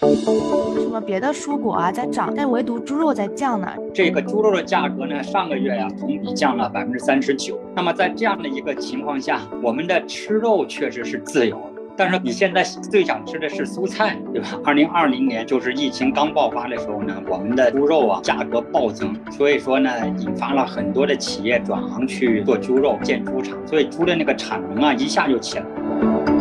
什么别的蔬果啊在涨，但唯独猪肉在降呢？ 这个猪肉的价格呢，上个月呀同比降了39%。那么在这样的一个情况下，我们的吃肉确实是自由。但是你现在最想吃的是蔬菜，对吧？2020年就是疫情刚爆发的时候呢，我们的猪肉价格暴增，所以说呢，引发了很多的企业转行去做猪肉、建猪场，所以猪的那个产能一下就起来了。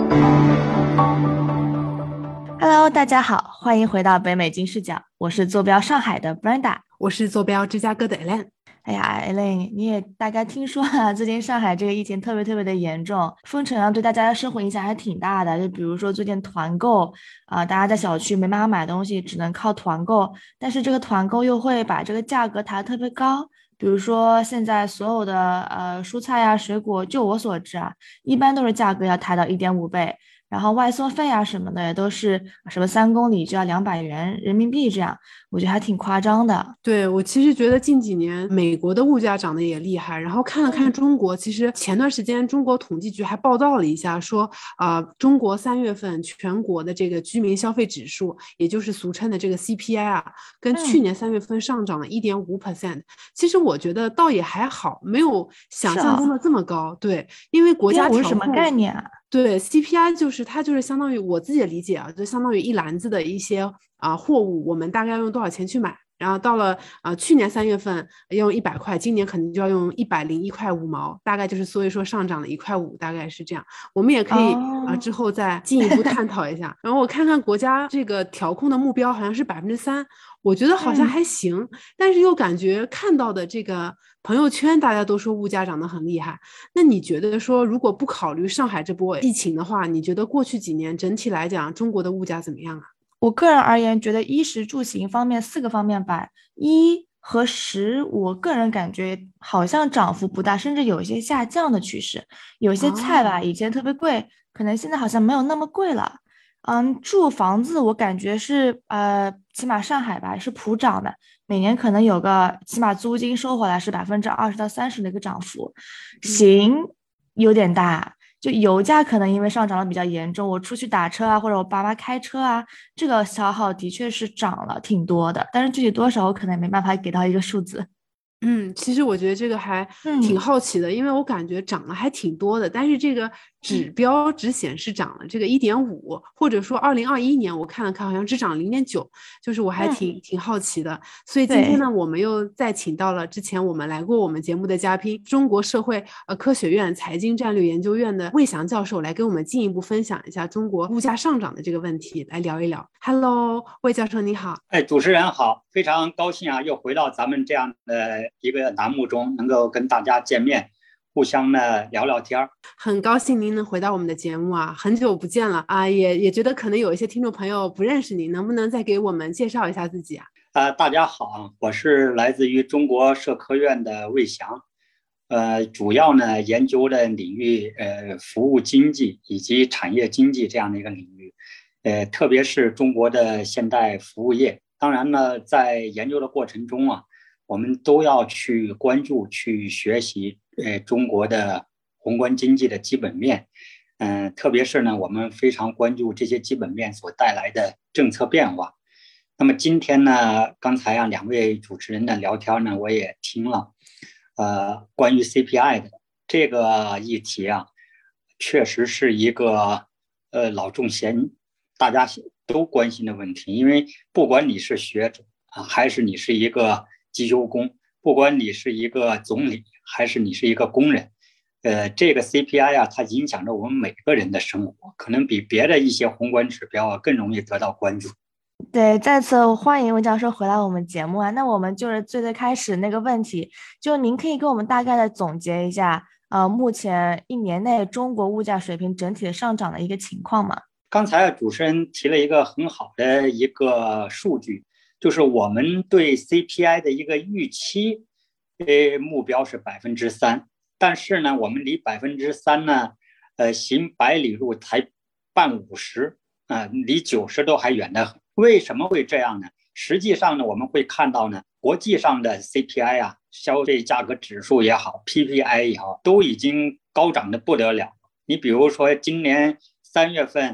Hello，大家好，欢迎回到北美金视角，我是坐标上海的 Brenda。 我是坐标芝加哥的 Elaine。 哎呀，Elaine，你也大概听说了，最近上海这个疫情特别的严重，封城对大家的生活影响还挺大的。就比如说最近团购大家在小区没办法买东西，只能靠团购，但是这个团购又会把这个价格抬得特别高。比如说现在所有的蔬菜呀、水果，就我所知一般都是价格要抬到1.5倍。然后外送费什么的也都是什么3公里就要200元人民币这样，我觉得还挺夸张的。 对，我其实觉得近几年美国的物价涨得也厉害，然后看了看中国，其实前段时间中国统计局还报道了一下，说中国3月份全国的这个居民消费指数，也就是俗称的这个 CPI 跟去年3月份上涨了1.5%。其实我觉得倒也还好，没有想象中的这么高。对，因为国家 1.5是什么调控。 概念啊？ 对 CPI 就是它就是相当于我自己的理解就相当于一篮子的一些货物，我们大概要用多少钱去买，然后到了去年3月份要用100块，今年可能就要用101块5毛，大概就是所以说上涨了1块5，大概是这样。我们也可以之后再进一步探讨一下。然后我看看国家这个调控的目标好像是3%，我觉得好像还行，但是又感觉看到的这个朋友圈大家都说物价涨得很厉害。那你觉得说如果不考虑上海这波疫情的话，你觉得过去几年整体来讲中国的物价怎么样啊？ 我个人而言，觉得衣食住行方面4个方面吧，衣和食，我个人感觉好像涨幅不大，甚至有一些下降的趋势。有些菜吧，以前特别贵，可能现在好像没有那么贵了。住房子我感觉是起码上海吧是普涨的，每年可能有个起码租金收回来是20%到30%的一个涨幅，行有点大。就油价可能因为上涨的比较严重，我出去打车或者我爸妈开车这个消耗的确是涨了挺多的，但是具体多少我可能也没办法给到一个数字。 其实我觉得这个还挺好奇的，因为我感觉涨了还挺多的，但是这个指标只显示涨了这个1.5，或者说2021年我看了看好像只涨0.9，就是我还挺好奇的。所以今天呢，我们又再请到了之前我们来过我们节目的嘉宾，中国社会科学院财经战略研究院的魏翔教授来给我们进一步分享一下中国物价上涨的这个问题，来聊一聊。Hello，魏教授你好。 主持人好，非常高兴又回到咱们这样的一个栏目中，能够跟大家见面，互相聊聊天。 很高兴您能回到我们的节目很久不见了也觉得可能有一些听众朋友不认识您，能不能再给我们介绍一下自己大家好，我是来自于中国社科院的魏翔，主要呢研究的领域服务经济以及产业经济这样的一个领域，特别是中国的现代服务业。当然呢，在研究的过程中我们都要去关注、去学习中国的宏观经济的基本面，特别是呢，我们非常关注这些基本面所带来的政策变化。那么今天呢，刚才2位主持人的聊天呢，我也听了，关于 CPI 的这个议题确实是一个老重嫌大家都关心的问题。因为不管你是学者还是你是一个机修工，不管你是一个总理还是你是一个工人，这个 CPI 它影响着我们每个人的生活，可能比别的一些宏观指标更容易得到关注。 对，再次欢迎魏教授回来我们节目那我们就是最开始那个问题，就您可以给我们大概的总结一下，目前1年内中国物价水平整体的上涨的一个情况吗？ 刚才主持人提了一个很好的一个数据，就是我们对 CPI 的一个预期，目标是3%，但是呢，我们离3%呢，行百里路才半50，离90都还远得很。为什么会这样呢？实际上呢，我们会看到呢，国际上的 CPI 消费价格指数也好 ，PPI 也好，都已经高涨得不得了。你比如说今年3月份。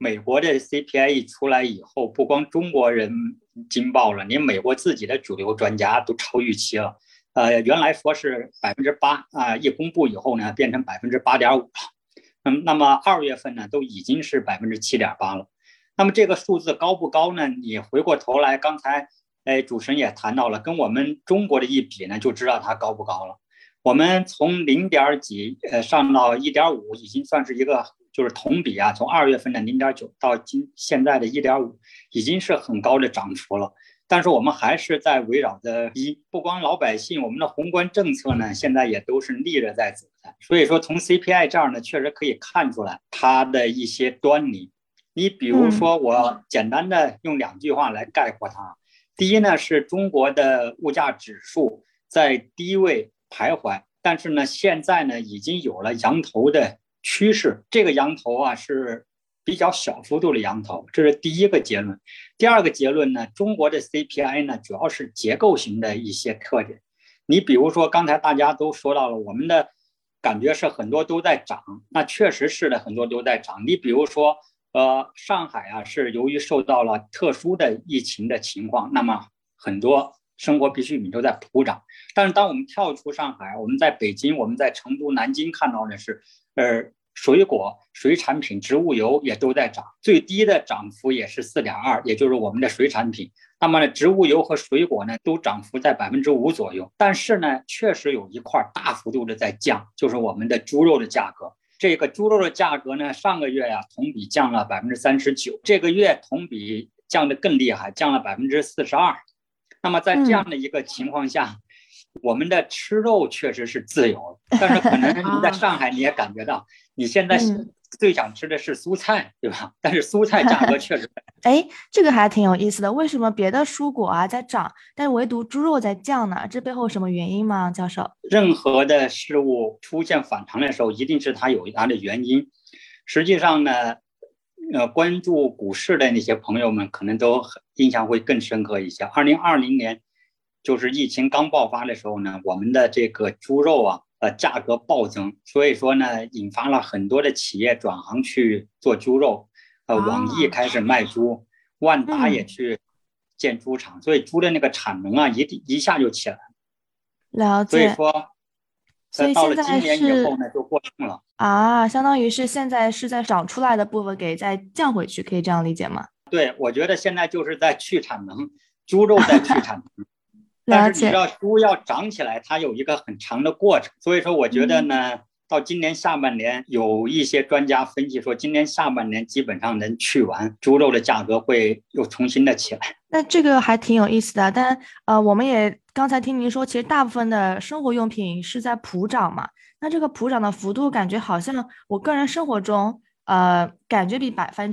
美国的 CPI 一出来以后，不光中国人惊爆了，连美国自己的主流专家都超预期了。原来说是8%啊，一公布以后呢，变成8.5%了。那么2月份呢，都已经是7.8%了。那么这个数字高不高呢？你回过头来，刚才主持人也谈到了，跟我们中国的一比呢，就知道它高不高了。我们从0点几上到1.5，已经算是一个就是同比啊，从2月份的0.9到现在的1.5，已经是很高的涨幅了。但是我们还是在围绕着不光老百姓，我们的宏观政策呢，现在也都是逆着在走的。所以说从 CPI 这儿呢，确实可以看出来它的一些端倪。你比如说，我简单的用2句话来概括它。第一呢，是中国的物价指数在低位徘徊，但是呢，现在呢已经有了扬头的趋势。这个扬头啊是比较小幅度的扬头，这是第一个结论。第二个结论呢，中国的 CPI 呢主要是结构型的一些特点。你比如说，刚才大家都说到了，我们的感觉是很多都在涨，那确实是的，很多都在涨。你比如说，上海啊，是由于受到了特殊的疫情的情况，那么很多生活必需品都在普涨。但是当我们跳出上海，我们在北京，我们在成都、南京看到的是，水果、水产品、植物油也都在涨，最低的涨幅也是4.2%，也就是我们的水产品。那么呢，植物油和水果呢，都涨幅在5%左右。但是呢，确实有一块大幅度的在降，就是我们的猪肉的价格。这个猪肉的价格呢，上个月呀同比降了39%，这个月同比降得更厉害，降了42%。那么在这样的一个情况下，我们的吃肉确实是自由，但是可能你在上海你也感觉到，你现在最想吃的是蔬菜，对吧？但是蔬菜价格确实这个还挺有意思的。为什么别的蔬果啊在涨，但是唯独猪肉在降呢？这背后有什么原因吗，教授？ 任何的事物出现反常的时候，一定是它有它的原因。实际上呢，关注股市的那些朋友们可能都印象会更深刻一些。2020年就是疫情刚爆发的时候呢，我们的这个猪肉啊，价格暴增，所以说呢，引发了很多的企业转行去做猪肉。网易开始卖猪，万达也去建猪场，所以猪的那个产能啊，一下就起来了解。 所以说，到了所以现在今年以后呢，就过剩了啊，相当于是现在是在长出来的部分给再降回去，可以这样理解吗？ 对，我觉得现在就是在去产能，猪肉在去产能。但是你知道，猪要长起来，它有一个很长的过程，所以说我觉得呢，到今年下半年，有一些专家分析说，今年下半年基本上能去完，猪肉的价格会又重新的起来。 那这个还挺有意思的，但我们也刚才听您说，其实大部分的生活用品是在普涨嘛，那这个普涨的幅度感觉好像我个人生活中，感觉比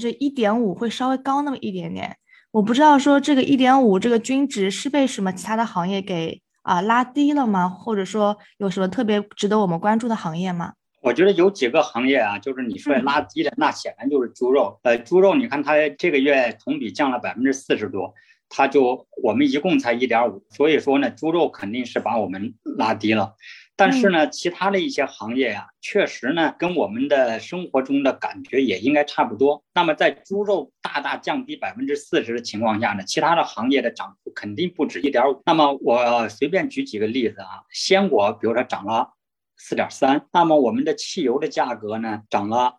1.5%会稍微高那么一点点。我不知道说这个1.5这个均值是被什么其他的行业给拉低了吗？或者说有什么特别值得我们关注的行业吗？ 我觉得有几个行业啊，就是你说拉低的，那显然就是猪肉。猪肉你看它这个月同比降了40%多，我们一共才1.5%，所以说呢，猪肉肯定是把我们拉低了。但是呢，其他的一些行业啊，确实呢，跟我们的生活中的感觉也应该差不多。那么在猪肉大大降低40%的情况下呢，其他的行业的涨幅肯定不止1.5%。那么我随便举几个例子啊，鲜果比如说涨了4.3%，那么我们的汽油的价格呢涨了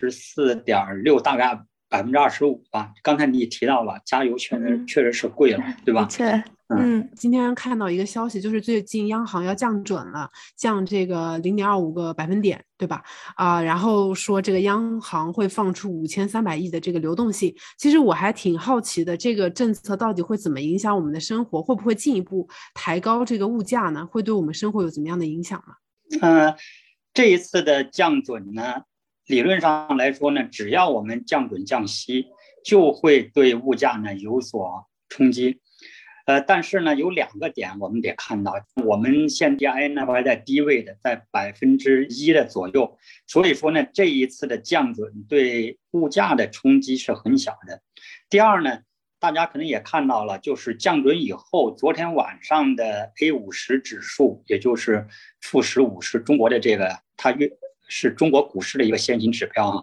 24.6%，大概25%吧。刚才你提到了，加油确实是贵了，对吧？ 的确。 今天看到一个消息，就是最近央行要降准了，降这个0.25个百分点，对吧？然后说这个央行会放出5300亿的这个流动性。其实我还挺好奇的，这个政策到底会怎么影响我们的生活？会不会进一步抬高这个物价呢？会对我们生活有怎么样的影响吗？ 这一次的降准呢，理论上来说呢，只要我们降准降息，就会对物价呢有所冲击。但是呢，有2个点我们得看到，我们现 CPI 呢还在低位的，在1%的左右，所以说呢，这一次的降准对物价的冲击是很小的。第二呢，大家可能也看到了，就是降准以后，昨天晚上的 A50指数，也就是富时50，中国的这个它是中国股市的一个先行指标啊，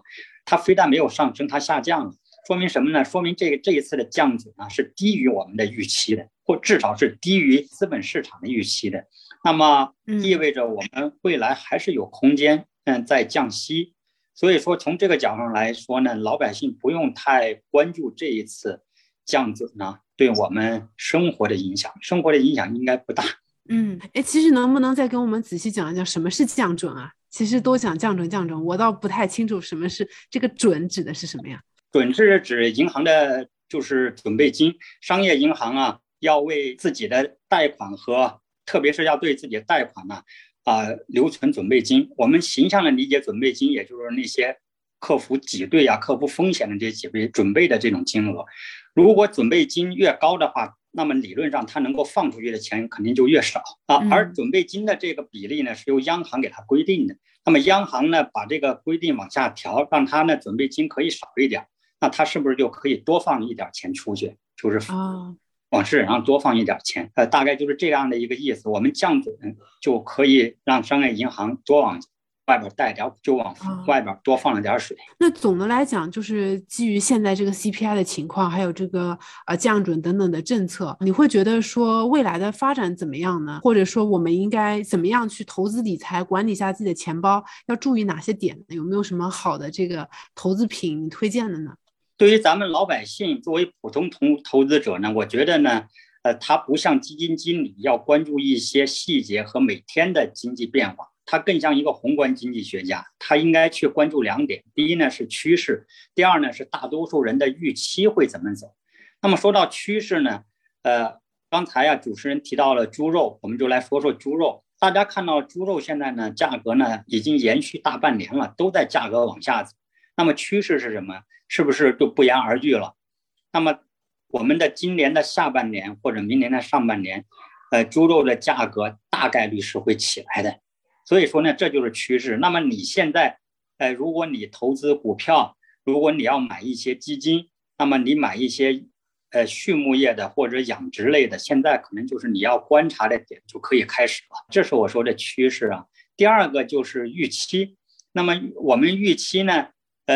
它非但没有上升，它下降了，说明什么呢？说明这一次的降准呢是低于我们的预期的，或至少是低于资本市场的预期的。那么意味着我们未来还是有空间在降息。所以说从这个角度上来说呢，老百姓不用太关注这一次降准呢对我们生活的影响，生活的影响应该不大。 其实能不能再跟我们仔细讲一讲什么是降准啊？其实都讲降准，我倒不太清楚什么是这个准指的是什么呀？ 准是指银行的就是准备金，商业银行啊要为自己的贷款和特别是要对自己的贷款呢留存准备金。我们形象的理解准备金，也就是那些克服挤兑克服风险的这些准备的这种金额。如果准备金越高的话，那么理论上它能够放出去的钱肯定就越少而准备金的这个比例呢是由央行给它规定的。那么央行呢把这个规定往下调，让它呢准备金可以少一点，那它是不是就可以多放一点钱出去，就是往市场上多放一点钱大概就是这样的一个意思。我们降准就可以让商业银行多往外边带点，就往外边多放了点水。 那总的来讲，就是基于现在这个 CPI 的情况，还有这个降准等等的政策，你会觉得说未来的发展怎么样呢？或者说我们应该怎么样去投资理财，管理一下自己的钱包，要注意哪些点呢？有没有什么好的这个投资品你推荐的呢？ 对于咱们老百姓作为普通投资者呢，我觉得呢它不像基金经理要关注一些细节和每天的经济变化，它更像一个宏观经济学家，他应该去关注2点。第一呢是趋势，第二呢是大多数人的预期会怎么走。那么说到趋势呢刚才主持人提到了猪肉，我们就来说说猪肉。大家看到猪肉现在呢价格呢已经延续大半年了，都在价格往下走。那么趋势是什么？是不是就不言而喻了？那么我们的今年的下半年或者明年的上半年猪肉的价格大概率是会起来的。所以说呢这就是趋势。那么你现在如果你投资股票，如果你要买一些基金，那么你买一些畜牧业的或者养殖类的，现在可能就是你要观察的点就可以开始了。这是我说的趋势第二个就是预期。那么我们预期呢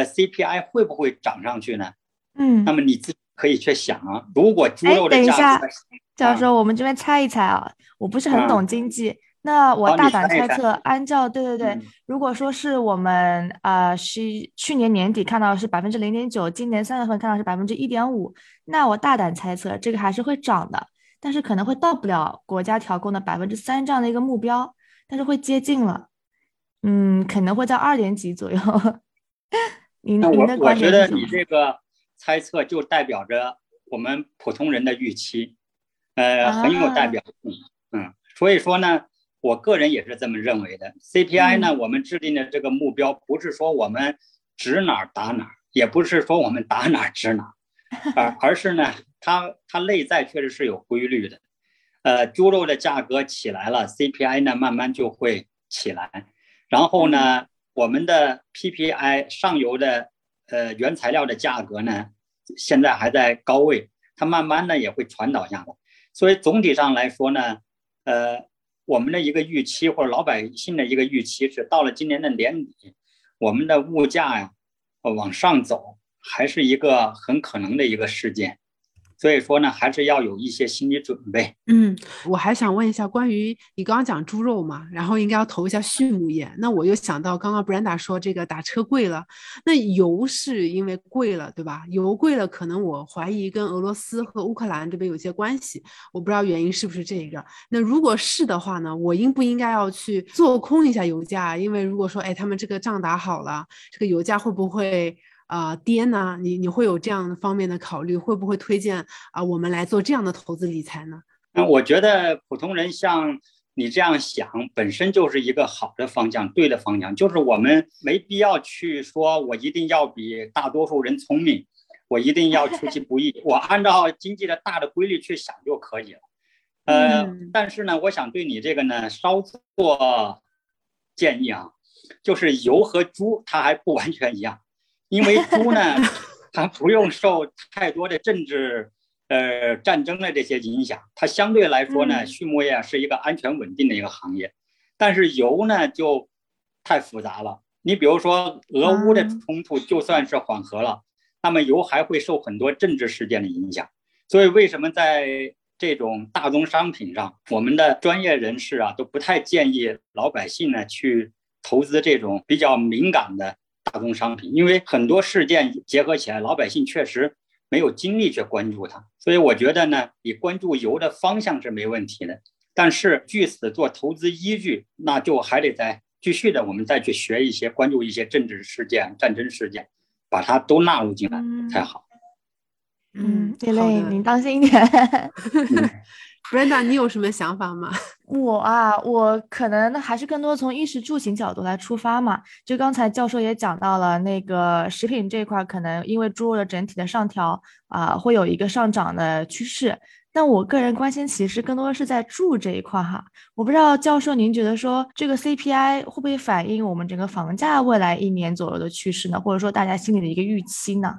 CPI 会不会涨上去呢？那么你自己可以去想如果猪肉的价格， 教授，我们这边猜一猜我不是很懂经济，那我大胆猜测，按照对，如果说是我们是去年年底看到是0.9%，今年3月份看到是1.5%，那我大胆猜测这个还是会涨的，但是可能会到不了国家调控的3%这样的一个目标，但是会接近了，可能会在2点几左右。您的观点是什么？ 我觉得你这个猜测就代表着我们普通人的预期，很有代表性。所以说呢，我个人也是这么认为的。CPI 呢，我们制定的这个目标不是说我们指哪打哪，也不是说我们打哪指哪，而是呢，它内在确实是有规律的。猪肉的价格起来了 ，CPI 呢慢慢就会起来，然后呢。我们的 PPI 上游的原材料的价格呢，现在还在高位，它慢慢的也会传导下来。所以总体上来说呢，我们的一个预期或者老百姓的一个预期是，到了今年的年底，我们的物价往上走，还是一个很可能的一个事件。所以说呢，还是要有一些心理准备。 我还想问一下，关于你刚刚讲猪肉嘛，然后应该要投一下畜牧业。那我又想到刚刚 Brenda 说这个打车贵了，那油是因为贵了，对吧？油贵了，可能我怀疑跟俄罗斯和乌克兰这边有些关系，我不知道原因是不是这个。那如果是的话呢，我应不应该要去做空一下油价？因为如果说他们这个仗打好了，这个油价会不会跌呢？你会有这样方面的考虑，会不会推荐我们来做这样的投资理财呢？ 我觉得普通人像你这样想本身就是一个好的方向，对的方向，就是我们没必要去说我一定要比大多数人聪明，我一定要出其不意，我按照经济的大的规律去想就可以了。但是呢，我想对你这个呢稍作建议就是油和猪它还不完全一样。因为猪呢，它不用受太多的政治战争的这些影响，它相对来说呢，畜牧业是一个安全稳定的一个行业。但是油呢就太复杂了， 你比如说俄乌的冲突就算是缓和了，那么油还会受很多政治事件的影响。所以为什么在这种大宗商品上，我们的专业人士啊都不太建议老百姓呢去投资这种比较敏感的大宗商品，因为很多事件结合起来，老百姓确实没有精力去关注它。所以我觉得呢，你关注油的方向是没问题的，但是据此做投资依据，那就还得再继续的我们再去学一些，关注一些政治事件、战争事件，把它都纳入进来才好。 叶蕾，您当心一点。 Brenda， 你有什么想法吗？ 我可能还是更多从衣食住行角度来出发嘛。就刚才教授也讲到了，那个食品这一块，可能因为猪肉的整体的上调会有一个上涨的趋势。但我个人关心其实更多是在住这一块哈。我不知道教授您觉得说这个 CPI 会不会反映我们整个房价未来1年左右的趋势呢？或者说大家心里的一个预期呢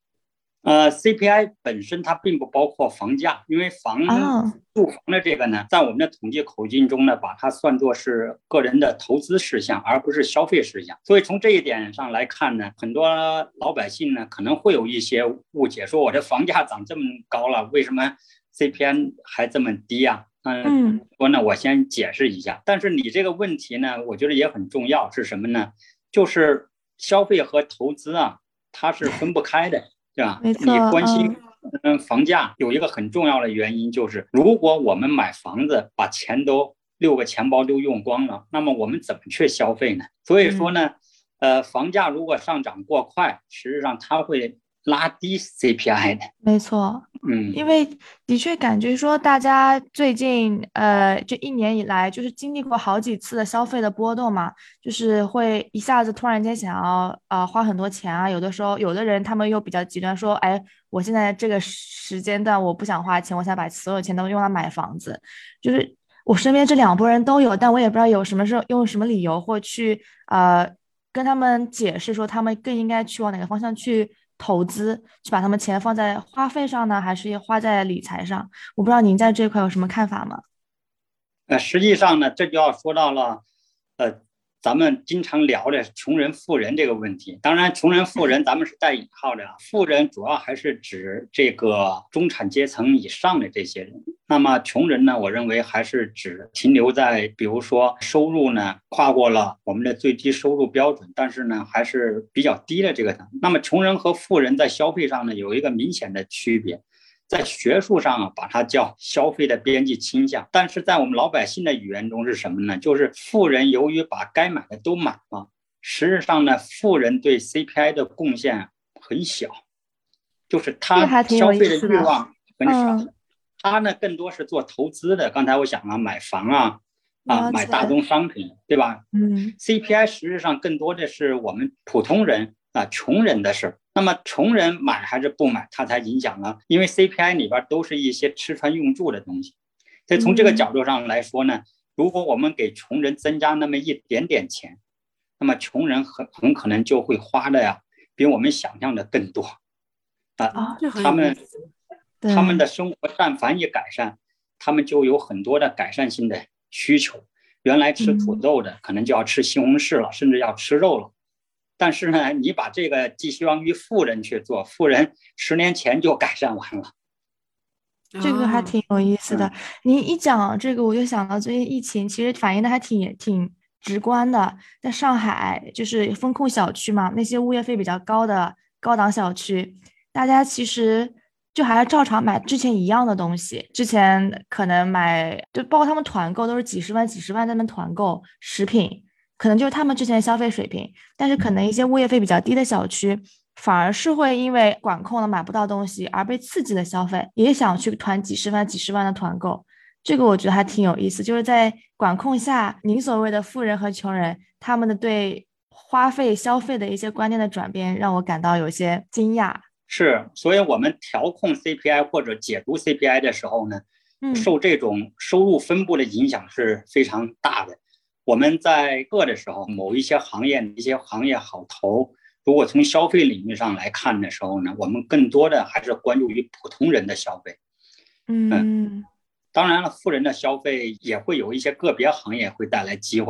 ？CPI 本身它并不包括房价，因为住房的这个呢，在我们的统计口径中呢，把它算作是个人的投资事项，而不是消费事项。所以从这一点上来看呢，很多老百姓呢可能会有一些误解，说我的房价涨这么高了，为什么 CPI 还这么低啊？说呢，我先解释一下。但是你这个问题呢，我觉得也很重要，是什么呢？就是消费和投资啊，它是分不开的。对吧？ 没错， 你关心房价有一个很重要的原因，就是如果我们买房子把钱都6个钱包都用光了，那么我们怎么去消费呢？所以说呢，房价如果上涨过快，实际上它会拉低 CPI 的。 没错，因为的确感觉说大家最近这1年以来就是经历过好几次的消费的波动嘛，就是会一下子突然间想要花很多钱啊，有的时候有的人他们又比较极端说，哎，我现在这个时间段我不想花钱，我想把所有钱都用来买房子，就是我身边这2拨人都有，但我也不知道有什么时候用什么理由或去跟他们解释说他们更应该去往哪个方向去投资，去把他们钱放在花费上呢，还是花在理财上？我不知道您在这一块有什么看法吗？ 实际上呢，这就要说到了，咱们经常聊的穷人富人这个问题。当然，穷人富人咱们是带引号的，富人主要还是指这个中产阶层以上的这些人。那么穷人呢，我认为还是指停留在比如说收入呢跨过了我们的最低收入标准，但是呢还是比较低的这个。那么穷人和富人在消费上呢有一个明显的区别。在学术上把它叫消费的边际倾向，但是在我们老百姓的语言中是什么呢？就是富人由于把该买的都买了，实际上呢，富人对 CPI 的贡献很小，就是他消费的欲望很少，他呢更多是做投资的。刚才我讲了，买房买大宗商品，对吧？CPI 实际上更多的是我们普通人穷人的事。那么穷人买还是不买，它才影响了，因为 CPI 里边都是一些吃穿用住的东西。所以从这个角度上来说呢，如果我们给穷人增加那么一点点钱，那么穷人很可能就会花的比我们想象的更多他们的生活但凡一改善，他们就有很多的改善性的需求。原来吃土豆的可能就要吃西红柿了，甚至要吃肉了。但是呢，你把这个寄希望于富人去做，富人10年前就改善完了。 这个还挺有意思的。您一讲这个，我就想到最近疫情，其实反映的还挺直观的。在上海，就是风控小区嘛，那些物业费比较高的高档小区，大家其实就还是照常买之前一样的东西。之前可能买，就包括他们团购都是几十万在那边团购食品。可能就是他们之前的消费水平，但是可能一些物业费比较低的小区，反而是会因为管控了买不到东西而被刺激的消费，也想去团几十万的团购。这个我觉得还挺有意思，就是在管控下，您所谓的富人和穷人，他们的对花费消费的一些观念的转变，让我感到有些惊讶。 是，所以我们调控 CPI 或者解读 CPI 的时候呢，受这种收入分布的影响是非常大的。我们在的时候，某一些行业好投，如果从消费领域上来看的时候呢，我们更多的还是关注于普通人的消费。当然了，富人的消费也会有一些个别行业会带来机会。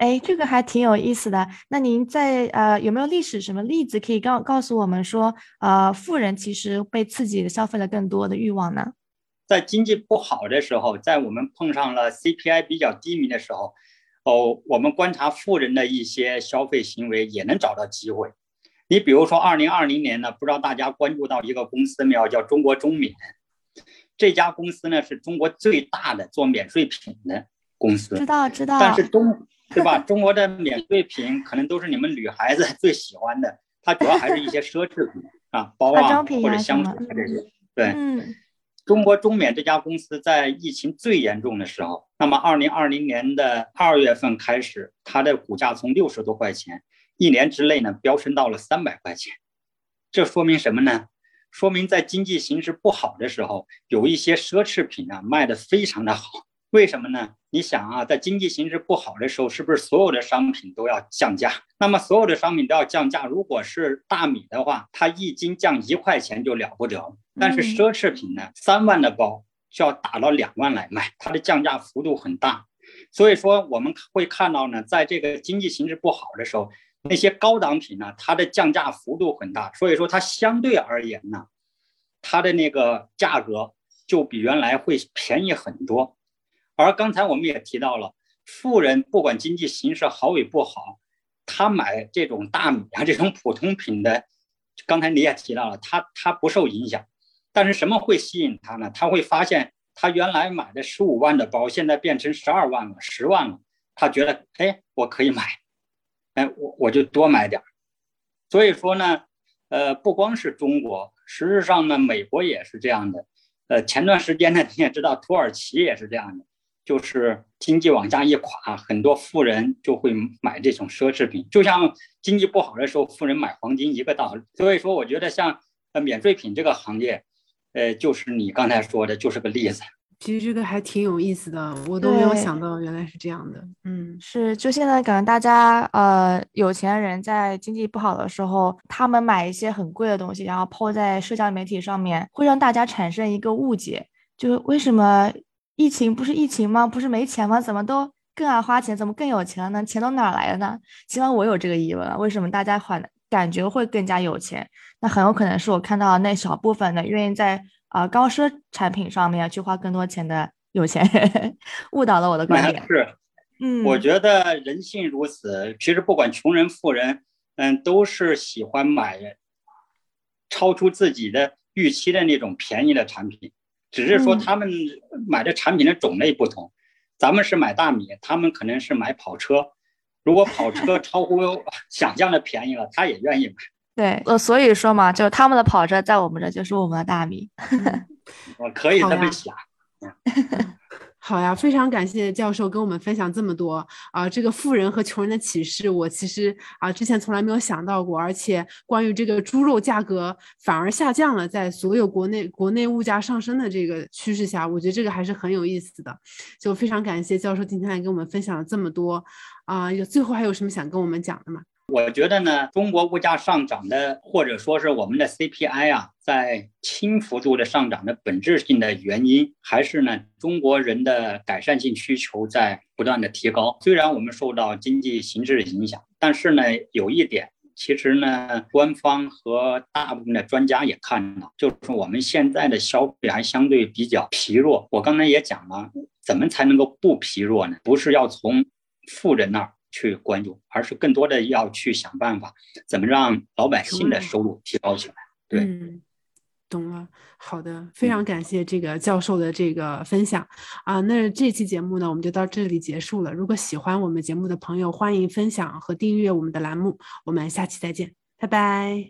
哎，这个还挺有意思的。那您在有没有历史什么例子可以告诉我们说，富人其实被刺激消费了更多的欲望呢？ 在经济不好的时候，在我们碰上了 CPI 比较低迷的时候，我们观察富人的一些消费行为也能找到机会。你比如说2020年呢，不知道大家关注到一个公司没有，叫中国中免。这家公司呢是中国最大的做免税品的公司。 知道。 但是对吧？中国的免税品可能都是你们女孩子最喜欢的，它主要还是一些奢侈品啊，包啊或者香水这些。对，中国中免这家公司在疫情最严重的时候，那么2020年的2月份开始，它的股价从60多块钱，一年之内呢飙升到了300块钱。这说明什么呢？说明在经济形势不好的时候，有一些奢侈品啊卖得非常的好。为什么呢？你想啊，在经济形势不好的时候，是不是所有的商品都要降价？那么所有的商品都要降价，如果是大米的话，它一斤降1块钱就了不得了。但是奢侈品呢，3万的包就要打到2万来卖，它的降价幅度很大。所以说我们会看到呢，在这个经济形势不好的时候，那些高档品呢，它的降价幅度很大，所以说它相对而言呢，它的那个价格就比原来会便宜很多。而刚才我们也提到了，富人不管经济形势好与不好，他买这种大米啊这种普通品的，刚才你也提到了，他不受影响。但是什么会吸引他呢？他会发现他原来买的15万的包，现在变成12万了、10万了，他觉得我可以买，我就多买点。所以说呢，不光是中国，实质上呢，美国也是这样的。前段时间呢，你也知道，土耳其也是这样的。就是经济往下一垮，很多富人就会买这种奢侈品，就像经济不好的时候，富人买黄金一个道理。所以说，我觉得像免税品这个行业，就是你刚才说的，就是个例子。 其实这个还挺有意思的，我都没有想到原来是这样的。 是，就现在感觉大家有钱人在经济不好的时候，他们买一些很贵的东西，然后抛在社交媒体上面，会让大家产生一个误解，就为什么疫情不是疫情吗？不是没钱吗？怎么都更爱花钱？怎么更有钱了呢？钱都哪来的呢？起码我有这个疑问，为什么大家感觉会更加有钱？那很有可能是我看到那少部分的愿意在高奢产品上面去花更多钱的有钱人，误导了我的观点。 是，我觉得人性如此。其实不管穷人富人，都是喜欢买超出自己的预期的那种便宜的产品。只是说他们买的产品的种类不同，咱们是买大米，他们可能是买跑车。如果跑车超乎想象的便宜了，他也愿意买。 对，所以说嘛，就是他们的跑车在我们这就是我们的大米。 我可以这么想。 好呀，非常感谢教授跟我们分享这么多这个富人和穷人的启示，我其实之前从来没有想到过，而且关于这个猪肉价格反而下降了，在所有国内物价上升的这个趋势下，我觉得这个还是很有意思的。就非常感谢教授今天来跟我们分享了这么多最后还有什么想跟我们讲的吗？ 我觉得呢，中国物价上涨的，或者说是我们的 CPI 在轻幅度的上涨的本质性的原因，还是呢中国人的改善性需求在不断的提高。虽然我们受到经济形势的影响，但是呢有一点，其实呢官方和大部分的专家也看到，就是我们现在的消费还相对比较疲弱。我刚才也讲了，怎么才能够不疲弱呢？不是要从富人那儿去关注，而是更多的要去想办法怎么让老百姓的收入提高起来。对， 懂了。好的，非常感谢这个教授的这个分享那这期节目呢我们就到这里结束了。如果喜欢我们节目的朋友，欢迎分享和订阅我们的栏目，我们下期再见，拜拜。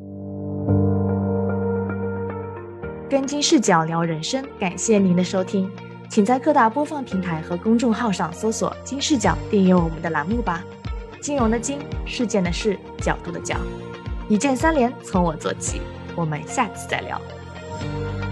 跟金视角聊人生，感谢您的收听，请在各大播放平台和公众号上搜索金视角，订阅我们的栏目吧。金融的金，事件的事，角度的角，一键3连，从我做起。我们下次再聊。